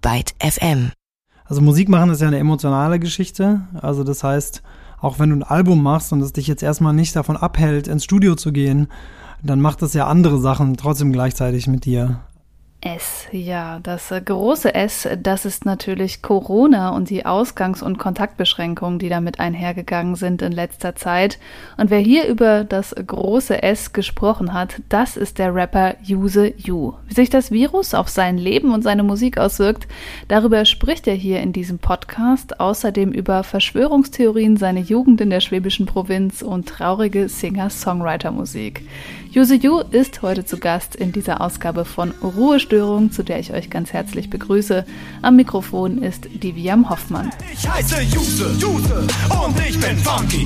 Byte FM. Also Musik machen ist ja eine emotionale Geschichte. Also das heißt, auch wenn du ein Album machst und es dich jetzt erstmal nicht davon abhält, ins Studio zu gehen, dann macht es ja andere Sachen trotzdem gleichzeitig mit dir. S, ja, das große S, das ist natürlich Corona und die Ausgangs- und Kontaktbeschränkungen, die damit einhergegangen sind in letzter Zeit. Und wer hier über das große S gesprochen hat, das ist der Rapper Use You. Wie sich das Virus auf sein Leben und seine Musik auswirkt, darüber spricht er hier in diesem Podcast. Außerdem über Verschwörungstheorien, seine Jugend in der schwäbischen Provinz und traurige Singer-Songwriter-Musik. Use You ist heute zu Gast in dieser Ausgabe von Ruhestörung, zu der ich euch ganz herzlich begrüße. Am Mikrofon ist Diviam Hoffmann. Ich heiße Use und ich bin funky.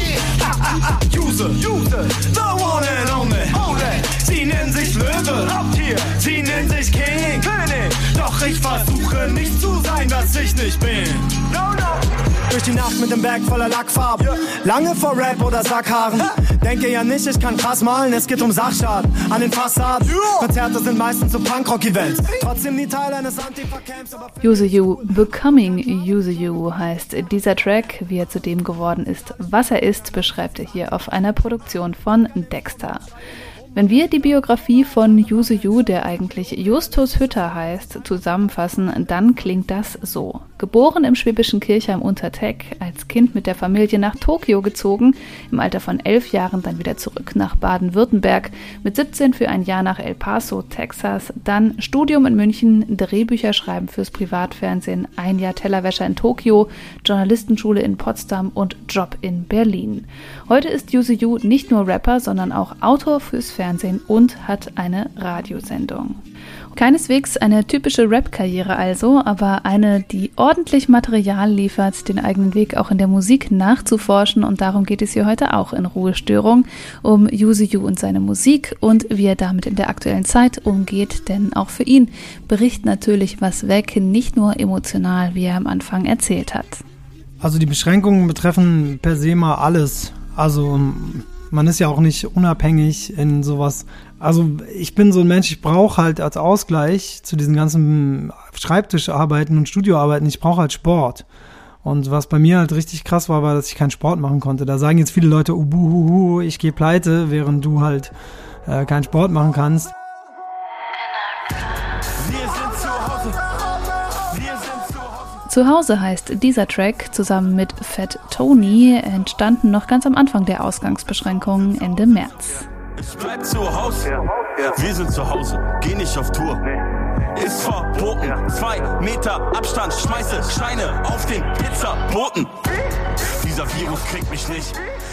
Use, the one and only. Sie nennen sich Löwe, sie nennen sich King. Doch ich versuche nicht zu sein, was ich nicht bin. Durch die Nacht mit dem Bag voller Lackfarben. Lange vor Rap oder Sackhaaren. Denke ja nicht, ich kann krass malen, es geht um Sachschaden. An den Fassaden, Konzerte sind meistens so Punk-Rock-Events. Trotzdem nie Teil eines Antifa-Camps. Use You, Becoming Use You heißt dieser Track. Wie er zu dem geworden ist, was er ist, beschreibt er hier auf einer Produktion von Dexter. Wenn wir die Biografie von Use You, der eigentlich Justus Hütter heißt, zusammenfassen, dann klingt das so. Geboren im schwäbischen Kirchheim unter Teck, als Kind mit der Familie nach Tokio gezogen, im Alter von 11 Jahren dann wieder zurück nach Baden-Württemberg, mit 17 für ein Jahr nach El Paso, Texas, dann Studium in München, Drehbücher schreiben fürs Privatfernsehen, ein Jahr Tellerwäscher in Tokio, Journalistenschule in Potsdam und Job in Berlin. Heute ist Use You nicht nur Rapper, sondern auch Autor fürs Fernsehen und hat eine Radiosendung. Keineswegs eine typische Rap-Karriere also, aber eine, die ordentlich Material liefert, den eigenen Weg auch in der Musik nachzuforschen, und darum geht es hier heute auch in Ruhestörung, um Use You und seine Musik und wie er damit in der aktuellen Zeit umgeht, denn auch für ihn bricht natürlich was weg, nicht nur emotional, wie er am Anfang erzählt hat. Also die Beschränkungen betreffen per se mal alles. Also man ist ja auch nicht unabhängig in sowas. Also ich bin so ein Mensch, ich brauche halt als Ausgleich zu diesen ganzen Schreibtischarbeiten und Studioarbeiten, ich brauche halt Sport. Und was bei mir halt richtig krass war, dass ich keinen Sport machen konnte. Da sagen jetzt viele Leute, ubuhuhu, ich gehe pleite, während du halt keinen Sport machen kannst. Zu Hause heißt dieser Track zusammen mit Fat Tony, entstanden noch ganz am Anfang der Ausgangsbeschränkungen Ende März. Ich bleib zu Hause, wir sind zu Hause, geh nicht auf Tour. Ist verboten, 2 Meter Abstand, schmeiße Steine auf den Pizzaboten. Dieser Virus kriegt mich nicht.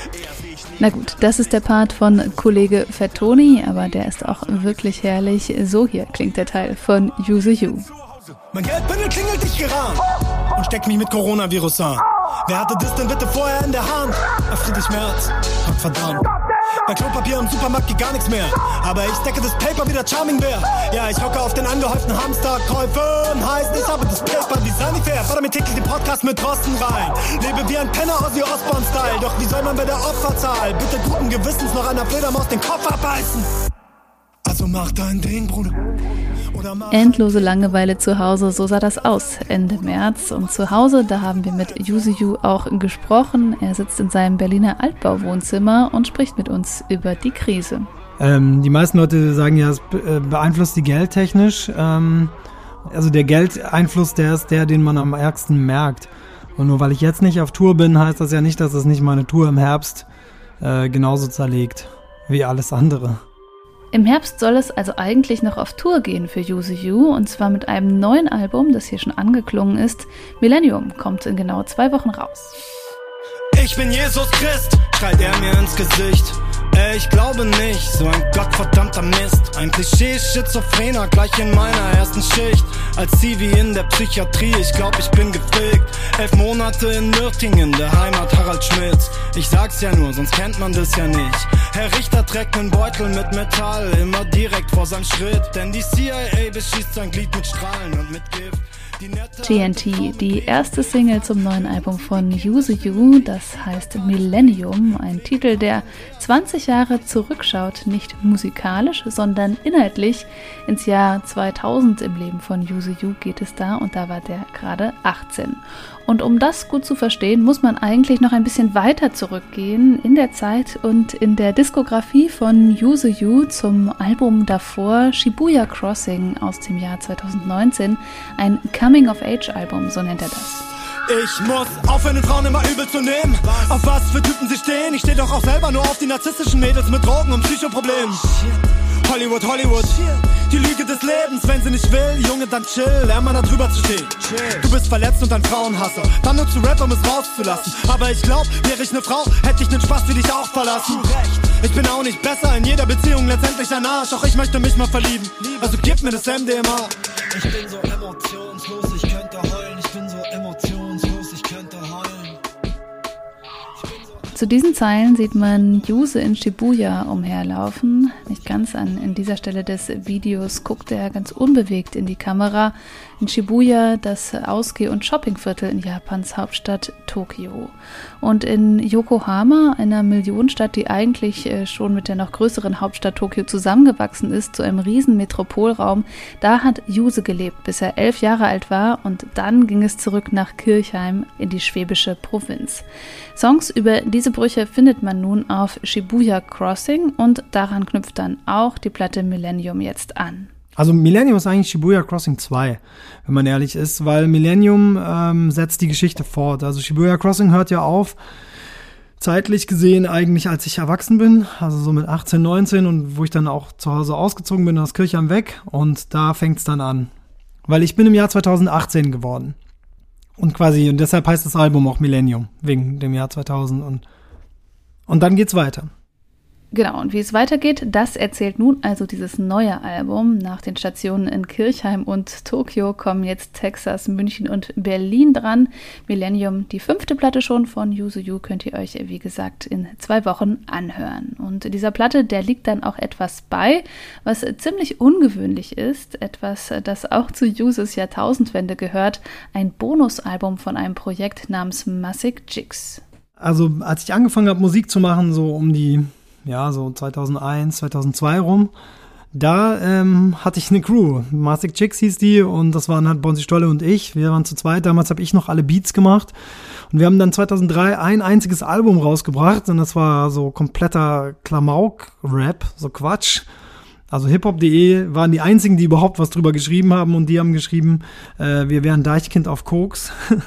Na gut, das ist der Part von Kollege Fat Tony, aber der ist auch wirklich herrlich. So hier klingt der Teil von Use You. Mein Geldbündel klingelt dich geran und steckt mich mit Coronavirus an. Wer hatte das denn bitte vorher in der Hand? Friedrich Merz, Gott verdammt. Bei Klopapier im Supermarkt geht gar nichts mehr. Aber ich stecke das Paper wie der Charming Bär. Ja, ich hocke auf den angehäuften Hamsterkäufen. Heißt, ich habe das Paper Design nicht fair. Fordere mir täglich den Podcast mit Drosten rein. Lebe wie ein Penner aus Ozzy Osbourne-Style. Doch wie soll man bei der Opferzahl bitte guten Gewissens noch einer Fledermaus den Kopf abbeißen? Also mach dein Ding, Bruder. Endlose Langeweile zu Hause, so sah das aus Ende März. Und zu Hause, da haben wir mit Use You auch gesprochen. Er sitzt in seinem Berliner Altbauwohnzimmer und spricht mit uns über die Krise. Die meisten Leute sagen ja, es beeinflusst die geldtechnisch. Also der Geldeinfluss, der ist der, den man am ärgsten merkt. Und nur weil ich jetzt nicht auf Tour bin, heißt das ja nicht, dass es nicht meine Tour im Herbst genauso zerlegt wie alles andere. Im Herbst soll es also eigentlich noch auf Tour gehen für Use You, und zwar mit einem neuen Album, das hier schon angeklungen ist. Millennium kommt in genau 2 Wochen raus. Ich bin Jesus Christ, schreit er mir ins Gesicht. Ich glaube nicht, so ein gottverdammter Mist. Ein Klischee-Schizophrener gleich in meiner ersten Schicht. Als Zivi in der Psychiatrie, ich glaub, ich bin gefickt. 11 Monate in Nürtingen, der Heimat Harald Schmitz. Ich sag's ja nur, sonst kennt man das ja nicht. Herr Richter trägt nen Beutel mit Metall, immer direkt vor seinem Schritt. Denn die CIA beschießt sein Glied mit Strahlen und mit Gift. TNT, die erste Single zum neuen Album von Use You, das heißt Millennium, ein Titel, der 20 30 Jahre zurückschaut, nicht musikalisch, sondern inhaltlich. Ins Jahr 2000 im Leben von Use You geht es da und da war der gerade 18. Und um das gut zu verstehen, muss man eigentlich noch ein bisschen weiter zurückgehen in der Zeit und in der Diskografie von Use You zum Album davor, Shibuya Crossing aus dem Jahr 2019, ein Coming-of-Age-Album, so nennt er das. Ich muss aufhören, den Frauen immer übel zu nehmen. Auf was für Typen sie stehen. Ich steh doch auch selber nur auf die narzisstischen Mädels mit Drogen und Psychoproblemen. Hollywood, Hollywood, die Lüge des Lebens. Wenn sie nicht will, Junge, dann chill, lern mal da drüber zu stehen. Du bist verletzt und ein Frauenhasser, dann nutzt du Rap, um es rauszulassen. Aber ich glaub, wäre ich ne Frau, hätte ich nen Spaß wie dich auch verlassen. Ich bin auch nicht besser, in jeder Beziehung letztendlich ein Arsch. Doch ich möchte mich mal verlieben, also gib mir das MDMA. Ich bin so emotionslos, ich könnte heulen. Ich bin so emotionslos, ich könnte heulen. Zu diesen Zeilen sieht man Use in Shibuya umherlaufen. Nicht ganz an dieser Stelle des Videos guckt er ganz unbewegt in die Kamera. In Shibuya, das Ausgeh- und Shoppingviertel in Japans Hauptstadt Tokio. Und in Yokohama, einer Millionenstadt, die eigentlich schon mit der noch größeren Hauptstadt Tokio zusammengewachsen ist, zu einem riesen Metropolraum, da hat Use gelebt, bis er 11 Jahre alt war und dann ging es zurück nach Kirchheim in die schwäbische Provinz. Songs über diese Brüche findet man nun auf Shibuya Crossing und daran knüpft dann auch die Platte Millennium jetzt an. Also Millennium ist eigentlich Shibuya Crossing 2, wenn man ehrlich ist, weil Millennium setzt die Geschichte fort. Also Shibuya Crossing hört ja auf, zeitlich gesehen eigentlich, als ich erwachsen bin, also so mit 18, 19 und wo ich dann auch zu Hause ausgezogen bin, aus Kirchheim weg und da fängt's dann an. Weil ich bin im Jahr 2018 geworden und deshalb heißt das Album auch Millennium, wegen dem Jahr 2000 und dann geht's weiter. Genau, und wie es weitergeht, das erzählt nun also dieses neue Album. Nach den Stationen in Kirchheim und Tokio kommen jetzt Texas, München und Berlin dran. Millennium, die 5. Platte schon von Use You, könnt ihr euch, wie gesagt, in 2 Wochen anhören. Und dieser Platte, der liegt dann auch etwas bei, was ziemlich ungewöhnlich ist. Etwas, das auch zu Uses Jahrtausendwende gehört. Ein Bonusalbum von einem Projekt namens Massic Jigs. Also als ich angefangen habe, Musik zu machen, so um die so 2001, 2002 rum, da hatte ich eine Crew. Massic Jigs hieß die und das waren halt Bonzi Stolle und ich. Wir waren zu zweit. Damals habe ich noch alle Beats gemacht und wir haben dann 2003 ein einziges Album rausgebracht und das war so kompletter Klamauk-Rap, so Quatsch. Also hiphop.de waren die einzigen, die überhaupt was drüber geschrieben haben und die haben geschrieben, wir wären Deichkind auf Koks.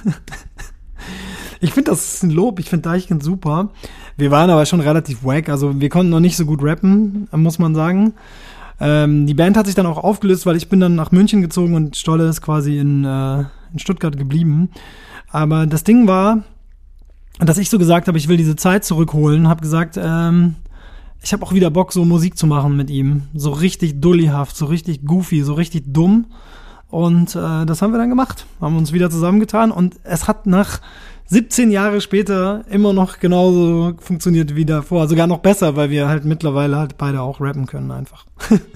Ich finde, das ist ein Lob. Ich finde Deichkind super. Wir waren aber schon relativ wack. Also wir konnten noch nicht so gut rappen, muss man sagen. Die Band hat sich dann auch aufgelöst, weil ich bin dann nach München gezogen und Stolle ist quasi in Stuttgart geblieben. Aber das Ding war, dass ich so gesagt habe, ich will diese Zeit zurückholen. Habe gesagt, ich habe auch wieder Bock, so Musik zu machen mit ihm. So richtig dullyhaft, so richtig goofy, so richtig dumm. Und das haben wir dann gemacht. Haben uns wieder zusammengetan und es hat nach 17 Jahre später immer noch genauso funktioniert wie davor. Sogar noch besser, weil wir halt mittlerweile halt beide auch rappen können einfach.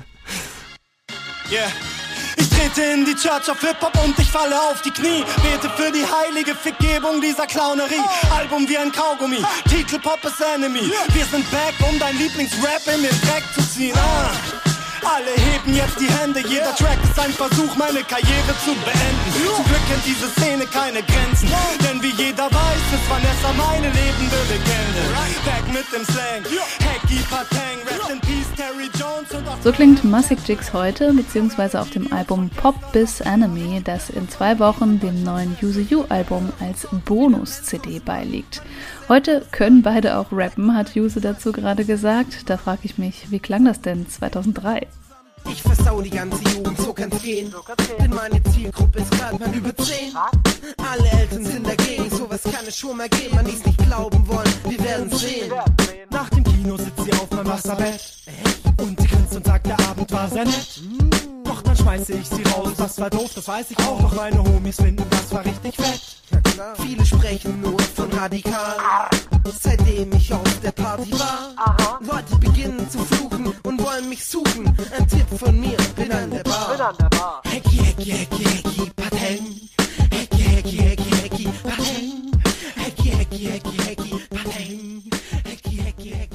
Yeah. Ich trete in die Church of Hip-Hop und ich falle auf die Knie. Bete für die heilige Vergebung dieser Clownerie. Album wie ein Kaugummi, Titel Pop is Enemy. Wir sind back, um dein Lieblingsrap in den Dreck zu ziehen. Alle heben jetzt die Hände, jeder Track ist ein Versuch, meine Karriere zu beenden. Zum Glück kennt diese Szene keine Grenzen, denn wie jeder weiß, ist Vanessa meine lebende Legende. Back mit dem Slang, Hacky Patang, Rest in Peace, Terry Jones und auch... So klingt Massic Jigs heute, beziehungsweise auf dem Album Pop Biz Enemy, das in 2 Wochen dem neuen Use You Album als Bonus-CD beiliegt. Heute können beide auch rappen, hat Use dazu gerade gesagt. Da frage ich mich, wie klang das denn 2003? Ich versau die ganze Jugend, so kann's gehen. Denn meine Zielgruppe ist gerade mal über 10. Alle Eltern sind dagegen, sowas kann es schon mal gehen. Man dies nicht glauben wollen, wir werden sehen. Nach dem Kino sitzt sie auf meinem Wasserbett und sie grinst und sagt, der Abend war sehr nett. Doch dann schmeiße ich sie raus, das war doof, das weiß ich auch. Doch meine Homies finden, das war richtig fett. Viele sprechen nur von radikal. Seitdem ich auf der Party war, Leute beginnen zu fluchen und wollen mich suchen. Ein Tipp von mir, bin an der Bar. Hacky, hacky, hacky, hacky, Pateng. Hacky, hacky, hacky, hacky, Pateng. Hacky, hacky, hacky, hacky, Pateng. Hacky, hacky, hacky, hacky.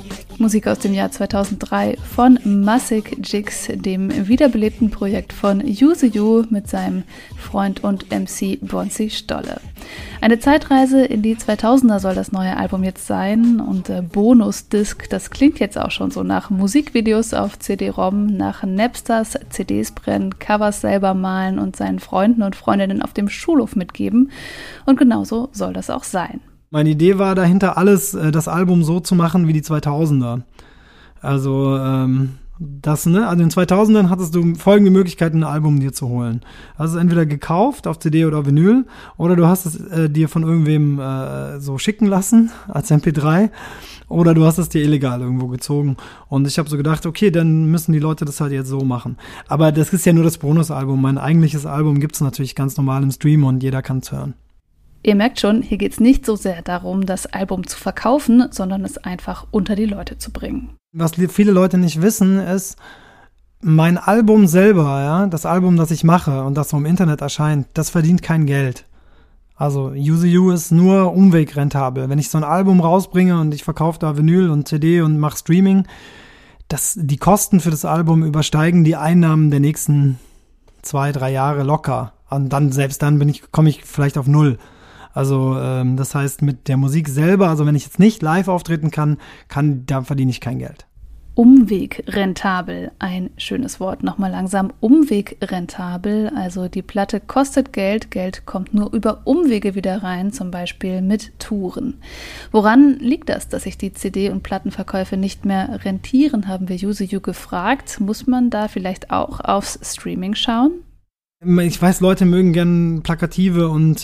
Musik aus dem Jahr 2003 von Massic Jigs, dem wiederbelebten Projekt von Use You mit seinem Freund und MC Bonzi Stolle. Eine Zeitreise in die 2000er soll das neue Album jetzt sein und Bonusdisc, das klingt jetzt auch schon so nach Musikvideos auf CD-ROM, nach Napsters, CDs brennen, Covers selber malen und seinen Freunden und Freundinnen auf dem Schulhof mitgeben. Und genauso soll das auch sein. Meine Idee war dahinter, das Album so zu machen wie die 2000er. Also, also in den 2000ern hattest du folgende Möglichkeiten, ein Album dir zu holen. Also entweder gekauft auf CD oder Vinyl oder du hast es dir von irgendwem so schicken lassen als MP3 oder du hast es dir illegal irgendwo gezogen. Und ich habe so gedacht, okay, dann müssen die Leute das halt jetzt so machen. Aber das ist ja nur das Bonusalbum. Mein eigentliches Album gibt es natürlich ganz normal im Stream und jeder kann es hören. Ihr merkt schon, hier geht es nicht so sehr darum, das Album zu verkaufen, sondern es einfach unter die Leute zu bringen. Was viele Leute nicht wissen, ist, mein Album selber, ja, das Album, das ich mache und das so im Internet erscheint, das verdient kein Geld. Also Use You ist nur umwegrentabel. Wenn ich so ein Album rausbringe und ich verkaufe da Vinyl und CD und mache Streaming, die Kosten für das Album übersteigen die Einnahmen der nächsten 2-3 Jahre locker. Und dann, selbst dann komme ich vielleicht auf 0. Also das heißt, mit der Musik selber, also wenn ich jetzt nicht live auftreten kann, da verdiene ich kein Geld. Umwegrentabel, ein schönes Wort, nochmal langsam. Umwegrentabel, also die Platte kostet Geld, Geld kommt nur über Umwege wieder rein, zum Beispiel mit Touren. Woran liegt das, dass sich die CD- und Plattenverkäufe nicht mehr rentieren, haben wir Use You gefragt. Muss man da vielleicht auch aufs Streaming schauen? Ich weiß, Leute mögen gern plakative und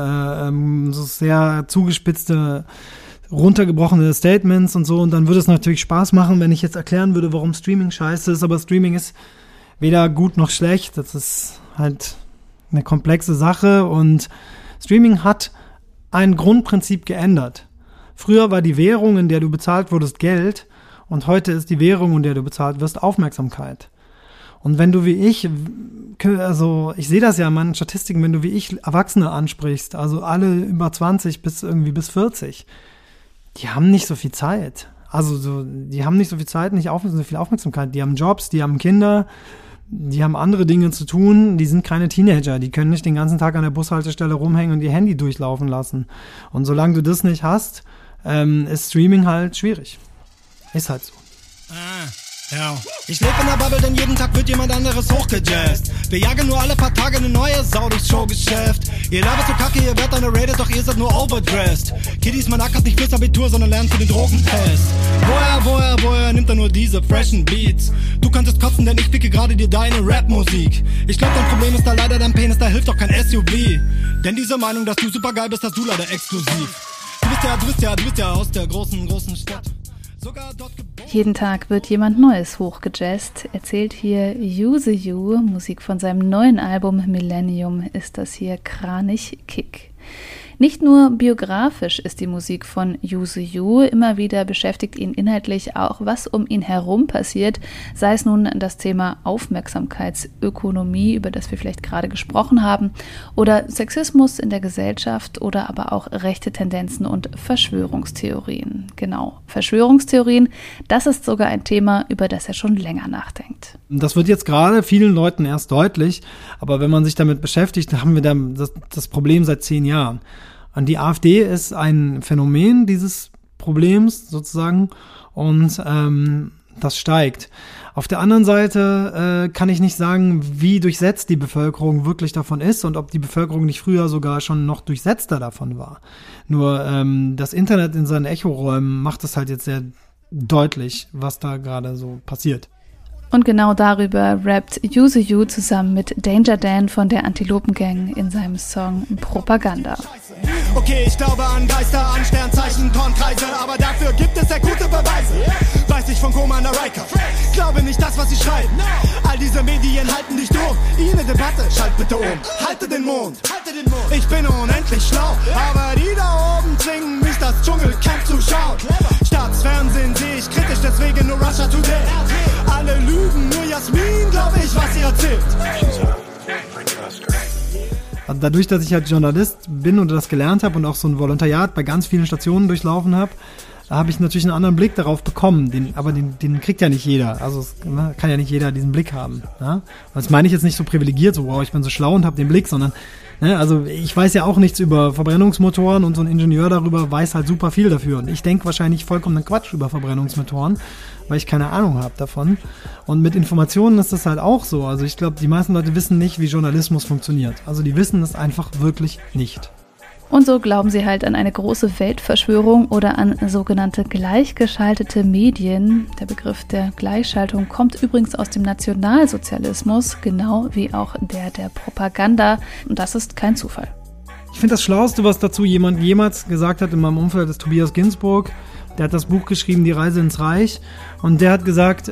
so sehr zugespitzte, runtergebrochene Statements und so. Und dann würde es natürlich Spaß machen, wenn ich jetzt erklären würde, warum Streaming scheiße ist. Aber Streaming ist weder gut noch schlecht. Das ist halt eine komplexe Sache. Und Streaming hat ein Grundprinzip geändert. Früher war die Währung, in der du bezahlt wurdest, Geld. Und heute ist die Währung, in der du bezahlt wirst, Aufmerksamkeit. Und wenn du wie ich, also ich sehe das ja in meinen Statistiken, wenn du wie ich Erwachsene ansprichst, also alle über 20 bis 40, die haben nicht so viel Zeit. Also die haben nicht so viel Zeit, nicht so viel Aufmerksamkeit. Die haben Jobs, die haben Kinder, die haben andere Dinge zu tun. Die sind keine Teenager. Die können nicht den ganzen Tag an der Bushaltestelle rumhängen und ihr Handy durchlaufen lassen. Und solange du das nicht hast, ist Streaming halt schwierig. Ist halt so. Ja. Ich lebe in der Bubble, denn jeden Tag wird jemand anderes hochgejazzt. Wir jagen nur alle paar Tage eine neue Sau durchs Showgeschäft. Ihr labert so kacke, ihr werdet underrated, doch ihr seid nur overdressed. Kiddies, man ackert nicht fürs Abitur, sondern lernt für den Drogentest. Woher nimmt er nur diese freshen Beats? Du könntest kotzen, denn ich picke gerade dir deine Rap-Musik. Ich glaub, dein Problem ist da leider dein Penis, da hilft doch kein SUV. Denn diese Meinung, dass du super geil bist, hast du leider exklusiv. Du bist ja aus der großen Stadt. Jeden Tag wird jemand Neues hochgejazzt, erzählt hier Use You. Musik von seinem neuen Album Millennium ist das hier, Kranich Kick. Nicht nur biografisch ist die Musik von Use You, immer wieder beschäftigt ihn inhaltlich auch, was um ihn herum passiert, sei es nun das Thema Aufmerksamkeitsökonomie, über das wir vielleicht gerade gesprochen haben, oder Sexismus in der Gesellschaft oder aber auch rechte Tendenzen und Verschwörungstheorien. Genau, Verschwörungstheorien, das ist sogar ein Thema, über das er schon länger nachdenkt. Das wird jetzt gerade vielen Leuten erst deutlich, aber wenn man sich damit beschäftigt, dann haben wir das Problem seit 10 Jahren. Und die AfD ist ein Phänomen dieses Problems sozusagen und das steigt. Auf der anderen Seite kann ich nicht sagen, wie durchsetzt die Bevölkerung wirklich davon ist und ob die Bevölkerung nicht früher sogar schon noch durchsetzter davon war. Nur das Internet in seinen Echoräumen macht es halt jetzt sehr deutlich, was da gerade so passiert. Und genau darüber rappt Use You zusammen mit Danger Dan von der Antilopen Gang in seinem Song Propaganda. Okay, ich glaube an Geister, an Sternzeichen, Kornkreise, aber dafür gibt es sehr gute Beweise. Weiß ich von Commander Riker, glaube nicht das, was sie schreiben. All diese Medien halten dich doof. Ihre Debatte, schalt bitte um. Halte den Mond. Ich bin unendlich schlau, aber die da oben zwingen mich, das Dschungelcamp zu schauen. Staatsfernsehen sehe ich kritisch, deswegen nur Russia Today. Alle lügen, nur Jasmin, glaube ich, was sie erzählt. Also dadurch, dass ich halt Journalist bin und das gelernt habe und auch so ein Volontariat bei ganz vielen Stationen durchlaufen habe, da habe ich natürlich einen anderen Blick darauf bekommen, den kriegt ja nicht jeder. Also kann ja nicht jeder diesen Blick haben. Ja? Das meine ich jetzt nicht so privilegiert, so wow, ich bin so schlau und habe den Blick, sondern also ich weiß ja auch nichts über Verbrennungsmotoren und so ein Ingenieur darüber weiß halt super viel dafür. Und ich denke wahrscheinlich vollkommen Quatsch über Verbrennungsmotoren, weil ich keine Ahnung habe davon. Und mit Informationen ist das halt auch so. Also ich glaube, die meisten Leute wissen nicht, wie Journalismus funktioniert. Also die wissen es einfach wirklich nicht. Und so glauben sie halt an eine große Weltverschwörung oder an sogenannte gleichgeschaltete Medien. Der Begriff der Gleichschaltung kommt übrigens aus dem Nationalsozialismus, genau wie auch der Propaganda. Und das ist kein Zufall. Ich finde das Schlauste, was dazu jemand jemals gesagt hat in meinem Umfeld, ist Tobias Ginsburg. Der hat das Buch geschrieben, Die Reise ins Reich. Und der hat gesagt,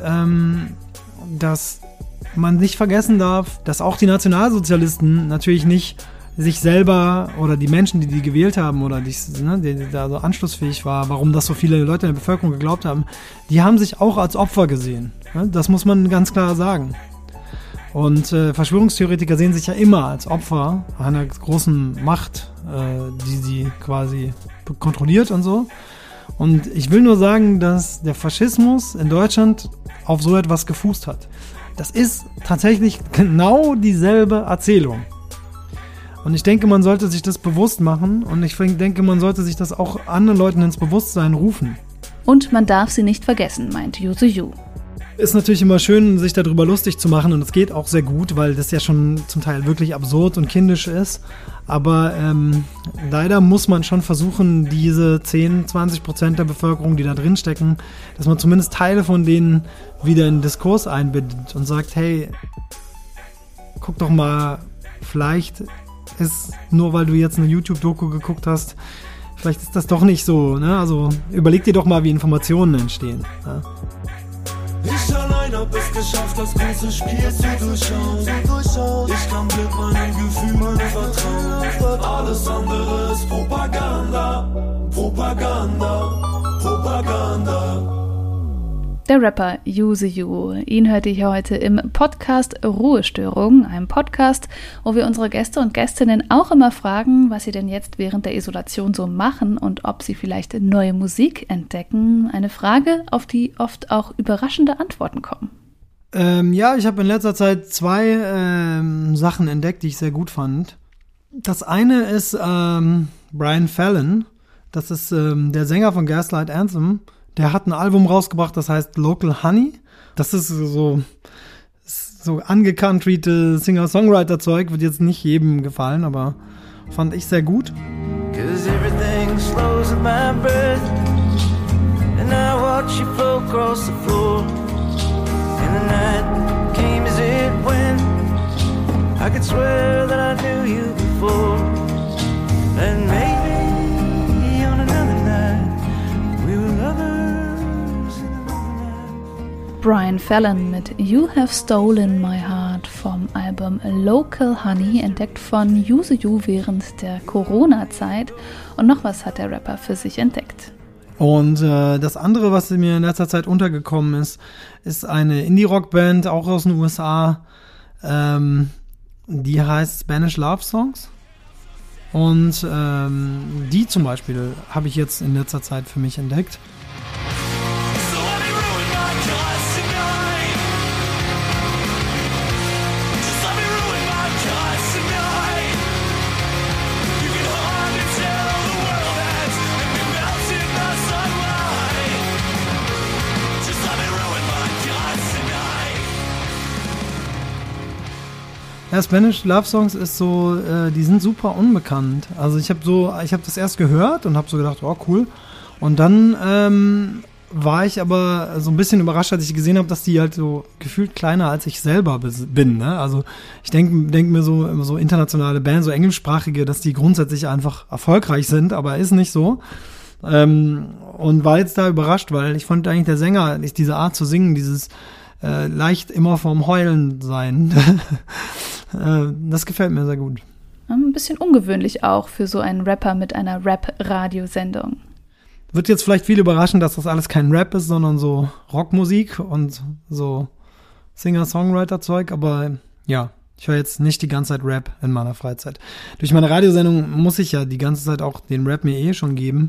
dass man nicht vergessen darf, dass auch die Nationalsozialisten natürlich nicht sich selber oder die Menschen, die gewählt haben oder die da so anschlussfähig war, warum das so viele Leute in der Bevölkerung geglaubt haben, die haben sich auch als Opfer gesehen. Das muss man ganz klar sagen. Und Verschwörungstheoretiker sehen sich ja immer als Opfer einer großen Macht, die sie quasi kontrolliert und so. Und ich will nur sagen, dass der Faschismus in Deutschland auf so etwas gefußt hat. Das ist tatsächlich genau dieselbe Erzählung. Und ich denke, man sollte sich das bewusst machen und ich denke, man sollte sich das auch anderen Leuten ins Bewusstsein rufen. Und man darf sie nicht vergessen, meint Yuzu Yu. Ist natürlich immer schön, sich darüber lustig zu machen und es geht auch sehr gut, weil das ja schon zum Teil wirklich absurd und kindisch ist. Aber leider muss man schon versuchen, diese 10-20% der Bevölkerung, die da drin stecken, dass man zumindest Teile von denen wieder in den Diskurs einbindet und sagt, hey, guck doch mal, vielleicht ist, nur weil du jetzt eine YouTube-Doku geguckt hast, vielleicht ist das doch nicht so, ne? Also überleg dir doch mal, wie Informationen entstehen. Ja? Ich allein hab es geschafft, das große Spiel zu durchschauen. Ich kann Glück meinem Gefühl, meinem Vertrauen. Alles andere ist Propaganda, Propaganda, Propaganda. Der Rapper Yuzu Yu, ihn hört ihr heute im Podcast Ruhestörung, einem Podcast, wo wir unsere Gäste und Gästinnen auch immer fragen, was sie denn jetzt während der Isolation so machen und ob sie vielleicht neue Musik entdecken. Eine Frage, auf die oft auch überraschende Antworten kommen. Ja, ich habe in letzter Zeit 2 Sachen entdeckt, die ich sehr gut fand. Das eine ist Brian Fallon, das ist der Sänger von Gaslight Anthem. Der hat ein Album rausgebracht, das heißt Local Honey. Das ist so angecountryte Singer-Songwriter-Zeug, wird jetzt nicht jedem gefallen, aber fand ich sehr gut. 'Cause everything slows at my breath, and I watch you flow across the floor. And the night came as it went, I could swear that I knew you before. And maybe on another night, we were lovers. Brian Fallon mit You Have Stolen My Heart vom Album Local Honey, entdeckt von Yuzu Yu während der Corona-Zeit. Und noch was hat der Rapper für sich entdeckt. Und das andere, was mir in letzter Zeit untergekommen ist, ist eine Indie-Rock-Band, auch aus den USA, die heißt Spanish Love Songs. Und die zum Beispiel habe ich jetzt in letzter Zeit für mich entdeckt. Ja, Spanish Love Songs ist so, die sind super unbekannt. Also ich habe das erst gehört und habe so gedacht, oh cool. Und dann war ich aber so ein bisschen überrascht, als ich gesehen habe, dass die halt so gefühlt kleiner als ich selber bin. Ne? Also ich denk mir so internationale Bands, so englischsprachige, dass die grundsätzlich einfach erfolgreich sind, aber ist nicht so. Und war jetzt da überrascht, weil ich fand eigentlich der Sänger, diese Art zu singen, dieses leicht immer vorm Heulen sein. Das gefällt mir sehr gut. Ein bisschen ungewöhnlich auch für so einen Rapper mit einer Rap-Radiosendung. Wird jetzt vielleicht viel überraschen, dass das alles kein Rap ist, sondern so Rockmusik und so Singer-Songwriter-Zeug, aber ja, ich höre jetzt nicht die ganze Zeit Rap in meiner Freizeit. Durch meine Radiosendung muss ich ja die ganze Zeit auch den Rap mir schon geben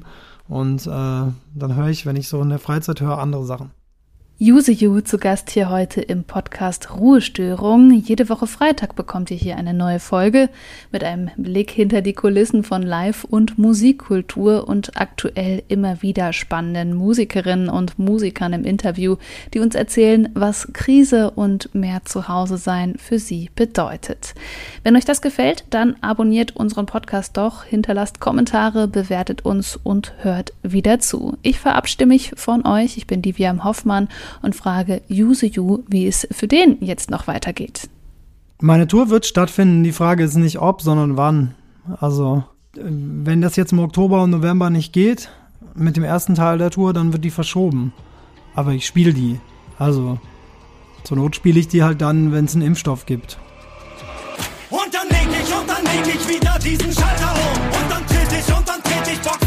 Und dann höre ich, wenn ich so in der Freizeit höre, andere Sachen. Use You zu Gast hier heute im Podcast Ruhestörung. Jede Woche Freitag bekommt ihr hier eine neue Folge mit einem Blick hinter die Kulissen von Live- und Musikkultur und aktuell immer wieder spannenden Musikerinnen und Musikern im Interview, die uns erzählen, was Krise und mehr Zuhause-Sein für sie bedeutet. Wenn euch das gefällt, dann abonniert unseren Podcast doch, hinterlasst Kommentare, bewertet uns und hört wieder zu. Ich verabschiede mich von euch. Ich bin die Vivian Hoffmann und frage Use You, wie es für den jetzt noch weitergeht. Meine Tour wird stattfinden. Die Frage ist nicht ob, sondern wann. Also, wenn das jetzt im Oktober und November nicht geht, mit dem ersten Teil der Tour, dann wird die verschoben. Aber ich spiele die. Also, zur Not spiele ich die halt dann, wenn es einen Impfstoff gibt. Und dann leg ich wieder diesen Schalter um. Und dann trete ich Bock